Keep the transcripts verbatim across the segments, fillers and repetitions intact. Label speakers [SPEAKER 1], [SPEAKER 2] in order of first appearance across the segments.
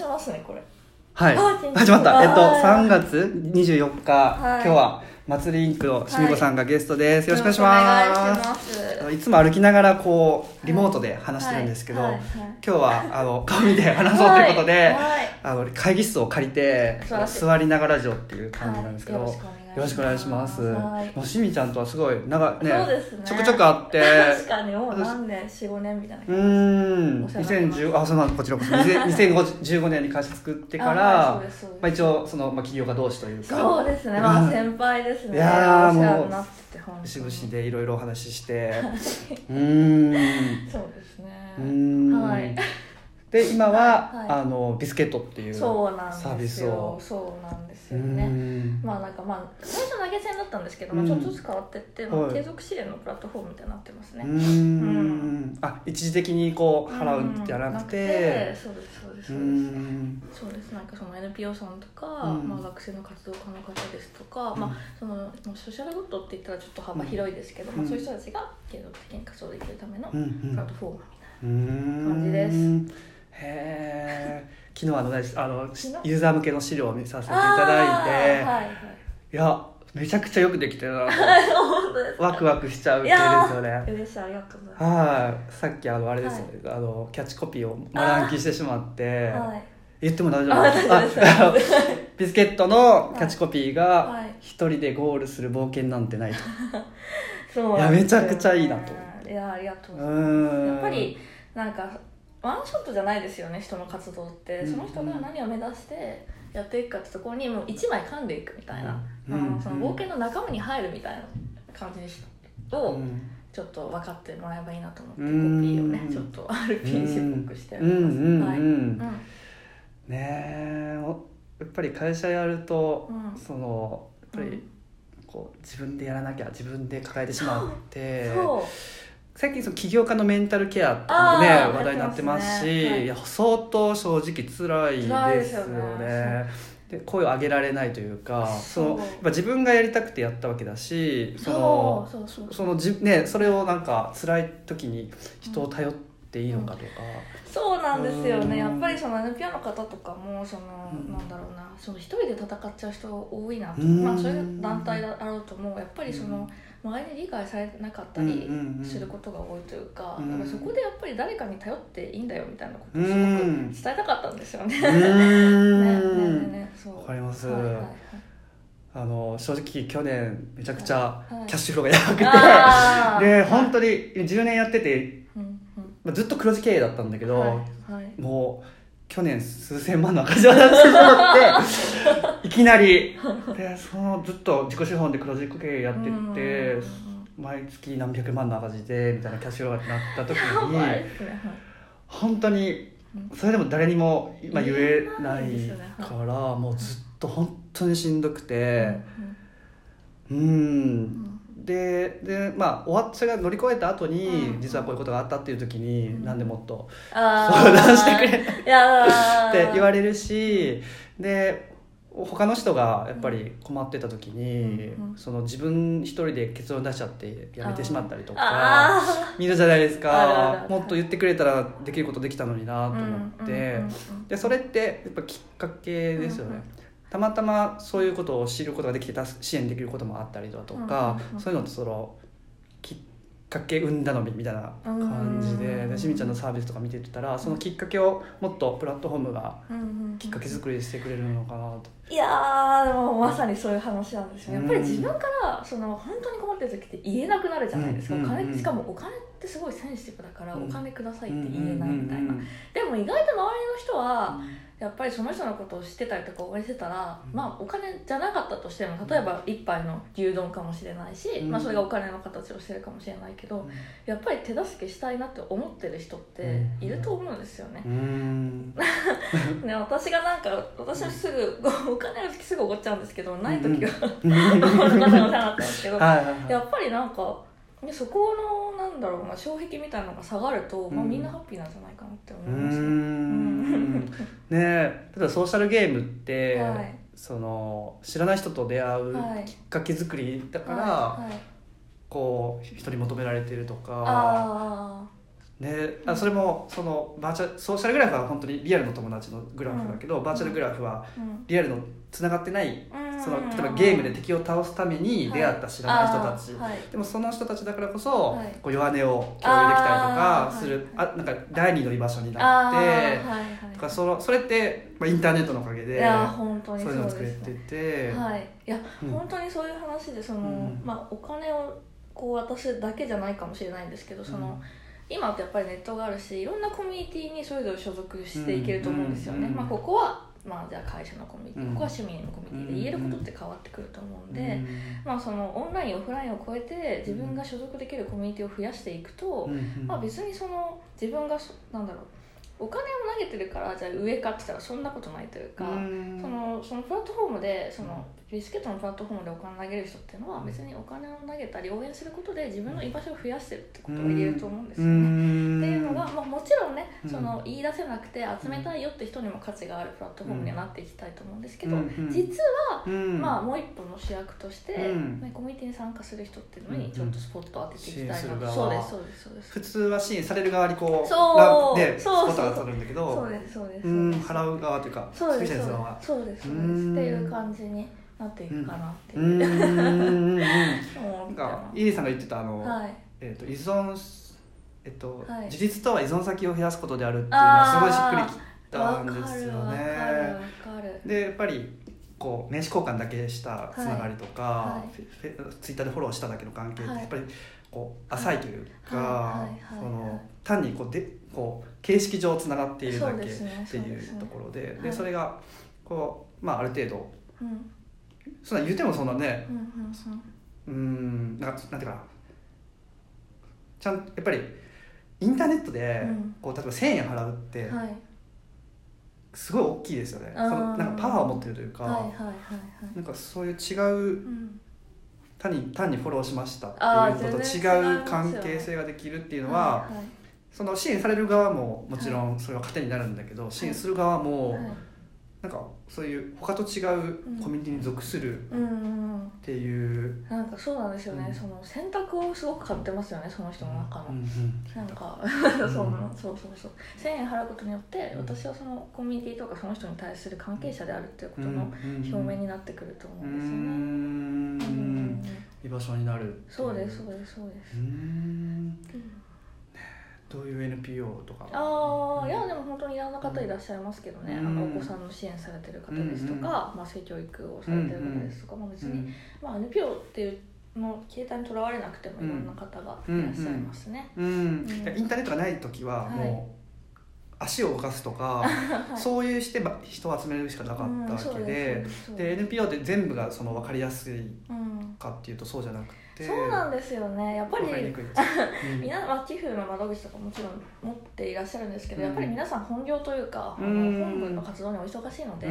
[SPEAKER 1] ますねこれ。
[SPEAKER 2] はい、始まった。えっとさんがつにじゅうよっか、はい、今日は祭りインクのしみこさんがゲストです。はい、よろしくお願いします。いつも歩きながらこうリモートで話してるんですけど、はいはいはい、今日はあの顔見て話そうということで、はいはい、あの会議室を借りて座りながらラジオっていう感じなんですけど、はい、よろしくお願いします。はい、もうしみちゃんとはすごい長ね、そうですね、ちょくちょくあって、
[SPEAKER 1] 確かにもう何年 よん,ご 年みたいな感じ。
[SPEAKER 2] うーん、にせんじゅうあそうなんこちらこそにせんじゅうごねんに会社作ってから、はい、まあ、一応そのまあ起業家同士というか、
[SPEAKER 1] そうですね、まあ先輩ですね。
[SPEAKER 2] いやーもう節々でいろいろお話しして、うーん、
[SPEAKER 1] そうですね。
[SPEAKER 2] うーん、
[SPEAKER 1] はい。
[SPEAKER 2] で今は、はい、
[SPEAKER 1] はい、
[SPEAKER 2] あのビスケットっていうサービスを、
[SPEAKER 1] そうなんですよね。まあなんかまあ最初投げ銭だったんですけど、まあ、ちょっとずつ変わってって、まあ、継続支援のプラットフォームみたいになってますね。
[SPEAKER 2] うん、うん、あ一時的にこう払うんじゃなくて、
[SPEAKER 1] そうですそうですそうです、そうです。なんかその エヌピーオー さんとか、まあ、学生の活動家の方ですとか、うん、まあそのソーシャルグッドって言ったらちょっと幅広いですけど、うん、まあ、そういう人たちが継続的に活動できるためのプラットフォームみたいな感じです。うんうん、
[SPEAKER 2] へー、昨日あの、ね、あのユーザー向けの資料を見させていただいて、はいはい、いやめちゃくちゃよくできてるなとワクワクしちゃう系ですよね。
[SPEAKER 1] 嬉しい、ありがとうございます。
[SPEAKER 2] はい、さっきあのあれですよね、はい、あのキャッチコピーを丸暗記してしまって、はい、言っても大丈夫ですか？あビスケットのキャッチコピーが一人でゴールする冒険なんてないと、そう、いやめちゃくちゃいいなと。
[SPEAKER 1] いやありがとうございます。やっぱりなんかワンショットじゃないですよね、人の活動って。その人が何を目指してやっていくかってところにもう一枚噛んでいくみたいな、うん、あのその冒険の仲間に入るみたいな感じにしを、うん、ちょっと分かってもらえばいいなと思って、うん、コピーをねちょっと アールピージー っぽくしてあります。
[SPEAKER 2] ねえ、やっぱり会社やると、うん、そのやっぱりこう自分でやらなきゃ自分で抱えてしまって、そう最近その起業家のメンタルケアってもね話題になってますし、ね、はい、いや相当正直辛いですよね。で声を上げられないというか、そのやっぱ自分がやりたくてやったわけだし、そのそうそうそうそのじ、ね、それをなんか辛い時に人を頼っていいのかとか、
[SPEAKER 1] うん、そうなんですよね。やっぱりその エヌピーオー の方とかもその、うん、なんだろうな、その一人で戦っちゃう人多いなと、まあそういう団体だろうともやっぱりその、うん、周りに理解されなかったりすることが多いというか、うんうんうん、そこでやっぱり誰かに頼っていいんだよみたいなことをすごく伝えたかったんですよね。うん、ねねねね、そう。わ
[SPEAKER 2] かります。はいはいはい、あの正直去年めちゃくちゃキャッシュフローがやばくて、はい、で本当にじゅうねんやってて、うんうん、ずっと黒字経営だったんだけど、はいはい、もう去年数千万の赤字を出してしまっていきなりでそのずっと自己資本で黒字経営やってって毎月何百万の赤字でみたいなキャッシュフローがなった時に、ね、本当にそれでも誰にも今言えないからもうずっと本当にしんどくて、うん、うんででまあ終わっそれが乗り越えた後に、うん、実はこういうことがあったっていう時に、うん、なんでもっと相談してくれって言われるし、で他の人がやっぱり困ってた時に、うん、その自分一人で結論出しちゃってやめてしまったりとか見るじゃないですか。もっと言ってくれたらできることできたのになと思って、でそれってやっぱきっかけですよね。うんうん、たまたまそういうことを知ることができて支援できることもあったりだとか、うんうんうん、そういうのってそのきっかけ生んだのみたいな感じ で, でしみちゃんのサービスとか見てたらそのきっかけをもっとプラットフォームがきっかけ作りしてくれるのかなと。
[SPEAKER 1] いやーでもまさにそういう話なんですよ。やっぱり自分からその本当に困ってる時って言えなくなるじゃないですか、うんうんうん、お金しかもお金ってすごいセンシティブだからお金くださいって言えないみたいな、うんうんうんうん、でも意外と周りの人は、うんやっぱりその人のことを知ってたりとか応援してたら、うん、まあお金じゃなかったとしても例えば一杯の牛丼かもしれないし、うんまあ、それがお金の形をしてるかもしれないけど、うん、やっぱり手助けしたいなって思ってる人っていると思うんですよね。うん、ね私がなんか私はすぐお金の時すぐおごっちゃうんですけどない時はお金がお世話になったんですけどやっぱりなんかでそこのなんだろうな障壁みたいなのが下がると、うんまあ、みんなハッピーなんじゃないかなって思いますね。うん
[SPEAKER 2] ねえ、例えばソーシャルゲームって、はい、その知らない人と出会うきっかけ作りだから、はいはい、こう人に求められてるとかね、あそれもそのバーチャルソーシャルグラフは本当にリアルの友達のグラフだけど、うん、バーチャルグラフはリアルのつながってない、うん、その例えばゲームで敵を倒すために出会った知らない人たち、はい、でもその人たちだからこそ、はい、こう弱音を共有できたりとかする、あ、はい、あなんか第二の居場所になって、はいはい、とかそのそれって、まあ、インターネットのおかげでいや本当にそういうのを作れてて、
[SPEAKER 1] はい、いや、うん、本当にそういう話でその、うんまあ、お金をこう渡すだけじゃないかもしれないんですけどその、うん今ってやっぱりネットがあるしいろんなコミュニティにそれぞれ所属していけると思うんですよね、うんうんまあ、ここは、まあ、じゃあ会社のコミュニティ、うん、ここは市民のコミュニティで言えることって変わってくると思うんで、うんまあ、そのオンラインオフラインを超えて自分が所属できるコミュニティを増やしていくと、うんまあ、別にその自分がなんだろうお金を投げてるからじゃあ上かって言ったらそんなことないというか、うん、そのそのプラットフォームでそのビスケットのプラットフォームでお金を投げる人っていうのは別にお金を投げたり応援することで自分の居場所を増やしてるってことが言えると思うんですよね、うん、っていうのが、まあ、もちろんねその言い出せなくて集めたいよって人にも価値があるプラットフォームにはなっていきたいと思うんですけど、うん、実は、うん、まあもう一歩の主役として、うんね、コミュニティに参加する人っていうのにちょっとスポットを当てていきたいなと、うん、そうですそうですそうです
[SPEAKER 2] 普通は支援される側にこうそうでスポットが当たるんだけど
[SPEAKER 1] そうですそうです
[SPEAKER 2] うん払う側というか
[SPEAKER 1] そうですそうですそうですそうですっていう感じになっていくかなっていう、うん、うん
[SPEAKER 2] なんかイリーさんが言ってたあの、はいえー、と依存、えっとはい、自立とは依存先を増やすことであるっていうのはすごいしっくりきたんですよね。でやっぱりこう名刺交換だけしたつながりとか、はい、ツイッターでフォローしただけの関係ってやっぱりこう浅いというか単にこうでこう形式上つながっているだけっていうところで、で、でそれがこう、まあ、ある程度、うんそんな言ってもそんなね、うんうんうん、うんなんかなんていうかなちゃんやっぱりインターネットで、うん、こう例えばせんえん払うって、はい、すごい大きいですよね。そのなんかパワーを持ってるというか、はいはいはいはい、なんかそういう違う、うん、単に単にフォローしましたっていうのと違う関係性ができるっていうのは、はいはい、その支援される側ももちろんそれは糧になるんだけど、はい、支援する側も、はいなんかそういう他と違うコミュニティに属するっていう、うんうん、
[SPEAKER 1] なんかそうなんですよね、うん、その選択をすごく買ってますよねその人の中の、うんうん、なんか、うん、そうそうそうそうせんえん払うことによって私はそのコミュニティとかその人に対する関係者であるっていうことの表明になってくると思うんですよね、うんうん、
[SPEAKER 2] 居場所になる
[SPEAKER 1] そうですそうですそうですうん、うん
[SPEAKER 2] どういう エヌピーオー とか
[SPEAKER 1] ああ、うん、いやでも本当にいろんな方いらっしゃいますけどね、うん、あのお子さんの支援されてる方ですとか、うんまあ、性教育をされてる方ですとか、うんまあ、別に、うんまあ、エヌピーオー っていうの形態にとらわれなくてもいろんな方がいらっしゃいますね、
[SPEAKER 2] うんうんうん、インターネットがない時はもう、はい足を動かすとか、はい、そういうして人を集めるしかなかったわけで、うん、で エヌピーオー って全部がその分かりやすいかっていうとそうじゃなくて、
[SPEAKER 1] そうなんですよねやっぱりみな、まあ、寄付の窓口とかもちろん持っていらっしゃるんですけど、うん、やっぱり皆さん本業というか、うん、あの本文の活動にお忙しいので、うん、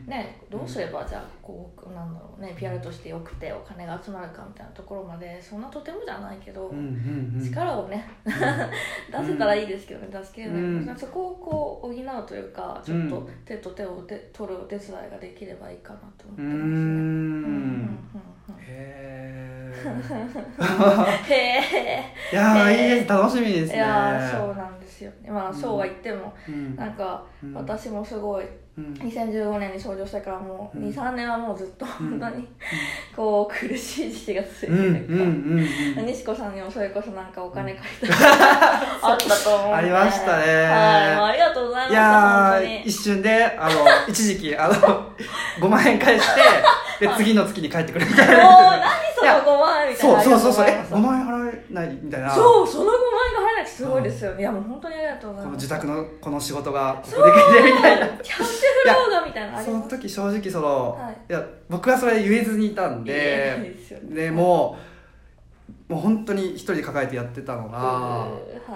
[SPEAKER 1] ね、どうすればじゃあこうなんだろうね ピーアール としてよくてお金が集まるかみたいなところまでそんなとてもじゃないけど、うんうんうん、力をね出せたらいいですけどね出し切れない、うん、そこをこう補うというかちょっと手と手をで取るお手伝いができればいいかなと思ってますね。うんうんうんうん、へ
[SPEAKER 2] ーへえいやーいいです楽しみですね。い
[SPEAKER 1] やそうなんですよ、まあ、そうは言っても、うん、なんか、うん、私もすごい、うん、にせんじゅうごねんに創業してからもう、うん、にさんねんはもうずっと本当に、うん、こう苦しい時期が続いてるから、うんうん、西子さんにもそれこそなんかお金借りたあったと思うんで
[SPEAKER 2] ありましたね。
[SPEAKER 1] はい、もうありがとうございました。い
[SPEAKER 2] や本当に一瞬であの一時期あのごまんえん返してで次の月に帰ってくるみたいな。
[SPEAKER 1] もう何そのごまんえんみたいな。
[SPEAKER 2] そうそうそうそうえごまんえん払えないみたいな。
[SPEAKER 1] そうそのごまんえんが払えないってすごいですよね、うん、いやもう本当にありがとうございます。
[SPEAKER 2] この自宅のこの仕事がここできてみたいな
[SPEAKER 1] キャッシュフローがみたいな。
[SPEAKER 2] その時正直その、はい、いや僕はそれ言えずにいたんで、でもうもう本当に一人で抱えてやってたのが、はい、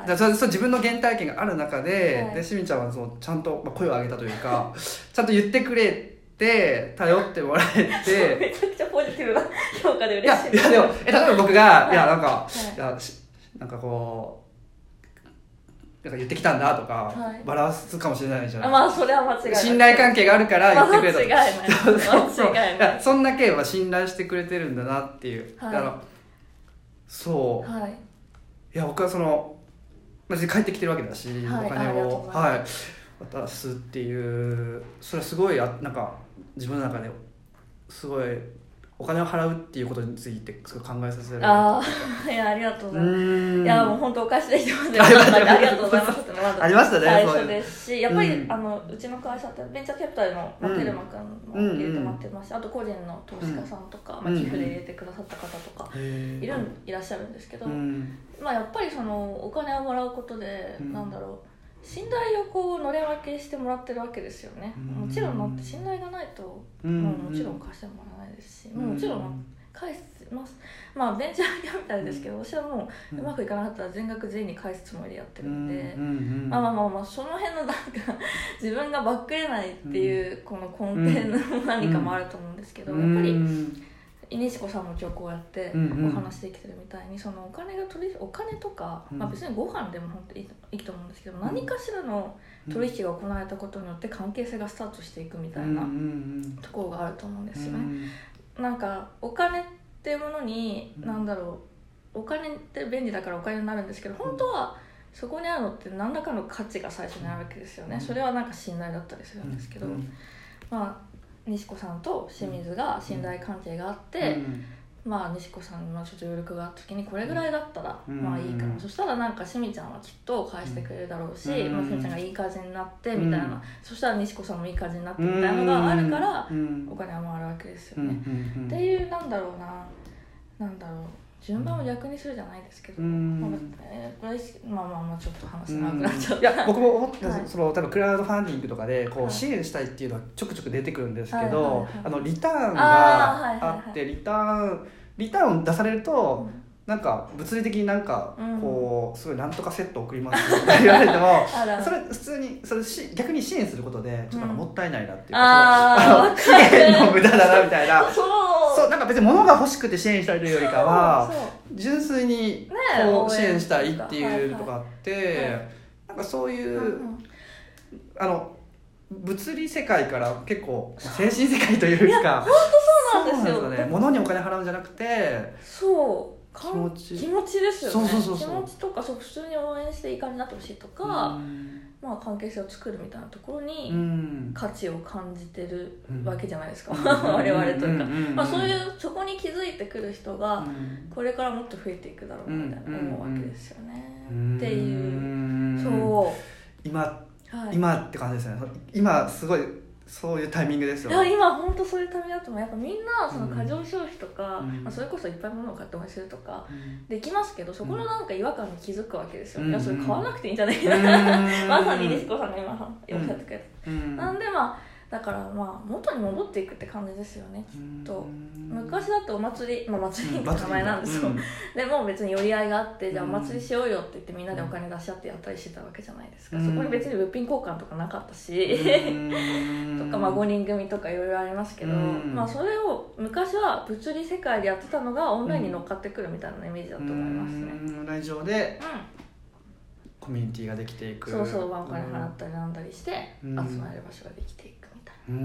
[SPEAKER 2] だそれそれ自分の原体験がある中で、はい、でしみちゃんはそのちゃんと声を上げたというかちゃんと言ってくれて頼ってもらえて
[SPEAKER 1] めちゃくちゃポジティブな評価で嬉しい。
[SPEAKER 2] いやいやでもえ例えば僕が、はい、いやなんか、はい、いやなんかこうなんか言ってきたんだとか、はい、バラすかもしれないじゃない。
[SPEAKER 1] まあそれは間違いない。信
[SPEAKER 2] 頼関係があるから言ってくれた。
[SPEAKER 1] 間違いない。
[SPEAKER 2] そうそうそう。
[SPEAKER 1] 間違いない。
[SPEAKER 2] そんだけは信頼してくれてるんだなっていう。はい、だからそう、はい。いや僕はその別に帰ってきてるわけだし、はい、お金を、はい、渡すっていうそれはすごいあなんか自分の中ですごいお金を払うっていうことについてすごい考えさせられる。
[SPEAKER 1] ああ、いや、ありがとうございます。いや、もう本当お貸しできてますよ。ありがとうございますってのは
[SPEAKER 2] ありましたね。
[SPEAKER 1] 最初ですし、やっぱり、うん、あのうちの会社ってベンチャーキャピタルの、まあ、テルマ君も入れてもらってますし、うん、あと個人の投資家さんとか、うん、まあ、寄付で入れてくださった方とか、うん、いるいらっしゃるんですけど、うん、まあやっぱりそのお金をもらうことで、うん、なんだろう。信頼をこうのれ分けしてもらってるわけですよね。もちろんだって信頼がないと、うん、もうもちろん貸してもらえないですし、うん、もちろん返します。まあベンチャーキャピタルですけど、私はもううまくいかなかったら全額全員に返すつもりでやってるんで、まあまあまあまあその辺のなんか自分がバックれないっていうこの根底の何かもあると思うんですけど、やっぱり西子さんも今日こうやってお話できてるみたいに、そのお金が取りお金とか、まあ、別にご飯でも本当にいいと思うんですけど、何かしらの取引が行われたことによって関係性がスタートしていくみたいなところがあると思うんですよね。なんかお金っていうものに何だろう、お金って便利だからお金になるんですけど、本当はそこにあるのって何らかの価値が最初にあるわけですよね。それはなんか信頼だったりするんですけど、まあ西子さんと清水が信頼関係があって、うん、まあ西子さんのちょっと余力があった時にこれぐらいだったら、うん、まあいいかな、うん、そしたらなんかしみちゃんはきっと返してくれるだろうし、うん、まあ、しみちゃんがいい感じになってみたいな、うん、そしたら西子さんもいい感じになってみたいなのがあるから、うん、お金は回るわけですよね、うん、っていうなんだろうななんだろう順番を逆にするじゃないですけど、うんまあえー、まあまあまあちょっと話長くなっちゃった、うん、いや
[SPEAKER 2] 僕も思ってた、はい、その多分クラウドファンディングとかでこう支援したいっていうのはちょくちょく出てくるんですけど、はいはいはい、あのリターンがあってリターンリターンを出されると、うん、なんか物理的になんかこうすごいなんとかセット送りますって言われてもそれ普通にそれし逆に支援することでちょっとなんかもったいないなっていうか、うん、あの期限の無駄だなみたいなそうなんか別に物が欲しくて支援したいというよりかは純粋にこう支援したいっていうのがあって、はいはい、なんかそういう、うん、あの物理世界から結構精神世界というか
[SPEAKER 1] 本当そうなんですよ。
[SPEAKER 2] そうなんですよね。物にお金払うんじゃなくて
[SPEAKER 1] そう
[SPEAKER 2] 気持ち
[SPEAKER 1] 気持ちですよね。
[SPEAKER 2] そうそうそうそう
[SPEAKER 1] 気持ちとかそう普通に応援していい感じになってほしいとか、まあ、関係性を作るみたいなところに価値を感じてるわけじゃないですか、うん、我々というか、まあ、そういうそこに気づいてくる人がこれからもっと増えていくだろうみたいな思うわけですよね、うんうん、っていうそう
[SPEAKER 2] 今、はい、今って感じですね。今すごいそういうタイミングですよ、
[SPEAKER 1] ね、いや今本当そういうタイミングだと思う。やっぱみんなその過剰消費とか、うんまあ、それこそいっぱい物を買って応援するとかできますけど、そこのなんか違和感に気づくわけですよね、うん、いやそれ買わなくていいんじゃないかな、うん、まさに西子さんが今おっしゃってくれた、うん、なんでまあだからまあ元に戻っていくって感じですよねきっと。昔だとお祭り、まあ、祭りって名前なんですよ、うん、でも別に寄り合いがあってじゃあお祭りしようよって言ってみんなでお金出し合ってやったりしてたわけじゃないですか、うん、そこに別に物品交換とかなかったしとかまあごにん組とかいろいろありますけど、うん、まあそれを昔は物理世界でやってたのがオンラインに乗っかってくるみたいなイメージだと思いますね。
[SPEAKER 2] オンライン上で、うんコミュニティができていく。
[SPEAKER 1] そうそう、お金払ったりなんだりして集まれる場所ができていくみたいな、うん、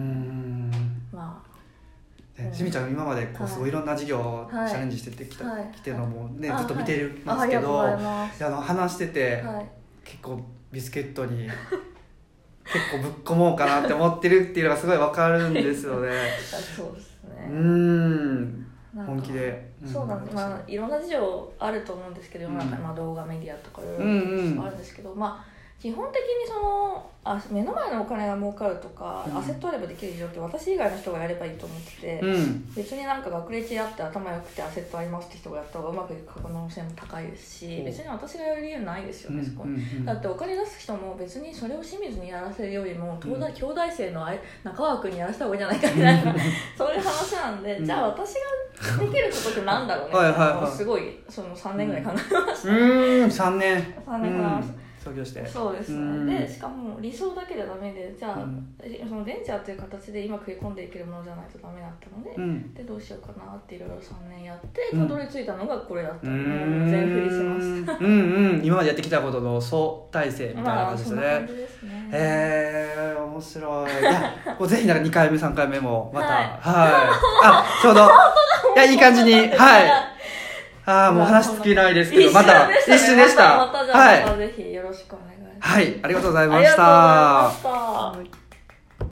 [SPEAKER 1] ま
[SPEAKER 2] あね、しみちゃん今までこうすごいいろんな事業をチャレンジしてきた、はい、来てるのもね、はい、ずっと見てますけど、はい、ああの話してて、はい、結構ビスケットに結構ぶっ込もうかなって思ってるっていうのがすごい分かるんですよね
[SPEAKER 1] そうですね。
[SPEAKER 2] うん本気で、
[SPEAKER 1] うん、そうなんです、まあ、いろんな事情あると思うんですけど世の中に、まあ、動画メディアとかいろいろあるんですけど、うんうん、まあ基本的にそのあ目の前のお金が儲かるとか、うん、アセットあればできる事情って私以外の人がやればいいと思ってて、うん、別になんか学歴あって頭良くてアセットありますって人がやった方がうまくいく可能性も高いですし、別に私がやる理由ないですよね、うん、そこに、うんうん、だってお金出す人も別にそれを清水にやらせるよりも東大、うん、兄弟生の中川君にやらせた方がいいんじゃないかみたいなそういう話なんで、うん、じゃあ私ができることってなんだろうねはいはい、はい、すごいそのさんねんぐらい考えました、
[SPEAKER 2] うん、うんさんねん
[SPEAKER 1] さんねん考えました、うん
[SPEAKER 2] 創業して
[SPEAKER 1] そうですね。でしかも理想だけじゃダメで、じゃあ、うん、そのベンチャーという形で今食い込んでいけるものじゃないとダメだったので、うん、でどうしようかなっていろいろさんねんやってたどり着いたのがこれだったので、うん、全振りしましたうん
[SPEAKER 2] うん今までやってきたことの総体制みたいな感じですね、まあ、そんな感じですね。へー面白い。いやもうぜひなんかにかいめさんかいめもまたはい、はい、あちょうどいやいい感じにはいはいああもう話尽きないですけど、
[SPEAKER 1] ま
[SPEAKER 2] た
[SPEAKER 1] 一瞬でした、
[SPEAKER 2] またじゃあまたぜひよろしくお願いします。はい、ありがとうございました。
[SPEAKER 1] ありがとうございました。